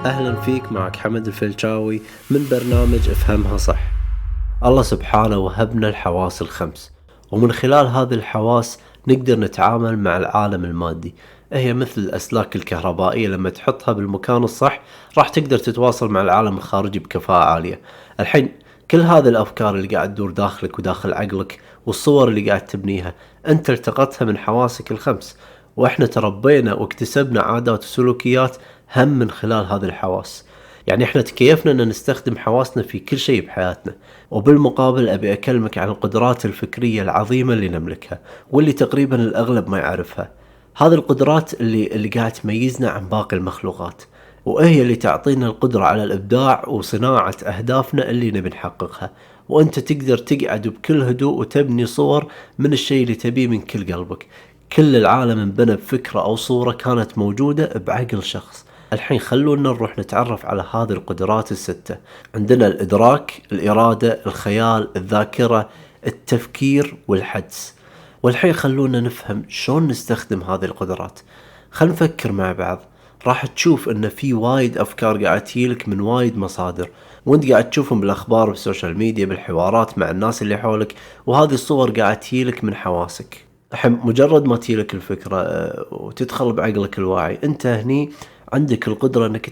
أهلا فيك، معك حمد الفلشاوي من برنامج افهمها صح. الله سبحانه وهبنا الحواس الخمس، ومن خلال هذه الحواس نقدر نتعامل مع العالم المادي. هي مثل الأسلاك الكهربائية، لما تحطها بالمكان الصح راح تقدر تتواصل مع العالم الخارجي بكفاءة عالية. الحين كل هذه الأفكار اللي قاعد تدور داخلك وداخل عقلك، والصور اللي قاعد تبنيها، أنت التقطتها من حواسك الخمس. وإحنا تربينا واكتسبنا عادات وسلوكيات هم من خلال هذه الحواس. يعني احنا تكيفنا ان نستخدم حواسنا في كل شيء بحياتنا. وبالمقابل ابي اكلمك عن القدرات الفكرية العظيمة اللي نملكها، واللي تقريبا الاغلب ما يعرفها. هذه القدرات اللي قاعد تميزنا عن باقي المخلوقات، وهي اللي تعطينا القدرة على الابداع وصناعة اهدافنا اللي نبي نحققها. وانت تقدر تقعد بكل هدوء وتبني صور من الشيء اللي تبيه من كل قلبك. كل العالم انبنى بفكرة او صورة كانت موجودة بعقل شخص. الحين خلونا نروح نتعرف على هذه القدرات الستة. عندنا الإدراك، الإرادة، الخيال، الذاكرة، التفكير والحدس. والحين خلونا نفهم شلون نستخدم هذه القدرات. خلنا نفكر مع بعض. راح تشوف ان في وايد افكار قاعد تجيلك من وايد مصادر، وانت قاعد تشوفهم بالاخبار بالسوشيال ميديا بالحوارات مع الناس اللي حولك، وهذه الصور قاعد تجيلك من حواسك. الحين مجرد ما تجيلك الفكرة وتدخل بعقلك الواعي، انت هني عندك القدرة انك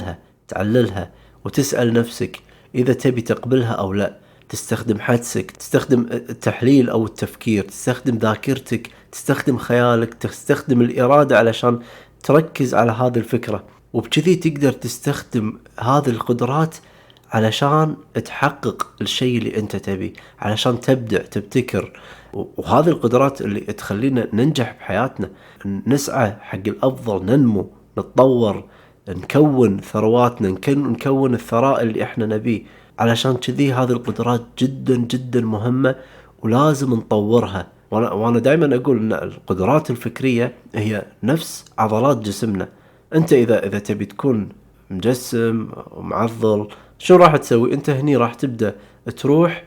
تعللها وتسأل نفسك اذا تبي تقبلها او لا. تستخدم حدسك، تستخدم التحليل او التفكير، تستخدم ذاكرتك، تستخدم خيالك، تستخدم الارادة علشان تركز على هذه الفكرة. وبكذي تقدر تستخدم هذه القدرات علشان تحقق الشيء اللي انت تبي، علشان تبدع تبتكر. وهذه القدرات اللي تخلينا ننجح بحياتنا، نسعى حق الافضل، ننمو، نتطور، نكون ثرواتنا، نكون الثراء اللي احنا نبيه. علشان كذي هذه القدرات جدا جدا مهمة ولازم نطورها. وانا دائما اقول ان القدرات الفكرية هي نفس عضلات جسمنا. انت اذا تبي تكون مجسم ومعضل، شو راح تسوي؟ انت هني راح تبدأ تروح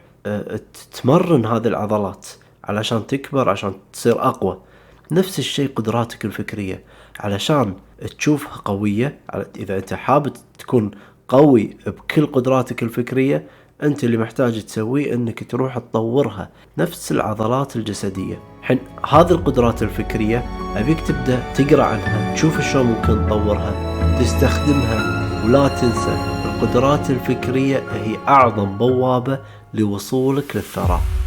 تمرن هذه العضلات علشان تكبر، عشان تصير اقوى. نفس الشيء قدراتك الفكرية، علشان تشوفها قوية. اذا انت حابب تكون قوي بكل قدراتك الفكرية، انت اللي محتاج تسويه انك تروح تطورها، نفس العضلات الجسدية. حين هذه القدرات الفكرية ابيك تبدأ تقرأ عنها، تشوف شلون ممكن تطورها، تستخدمها. ولا تنسى القدرات الفكرية هي اعظم بوابة لوصولك للثراء.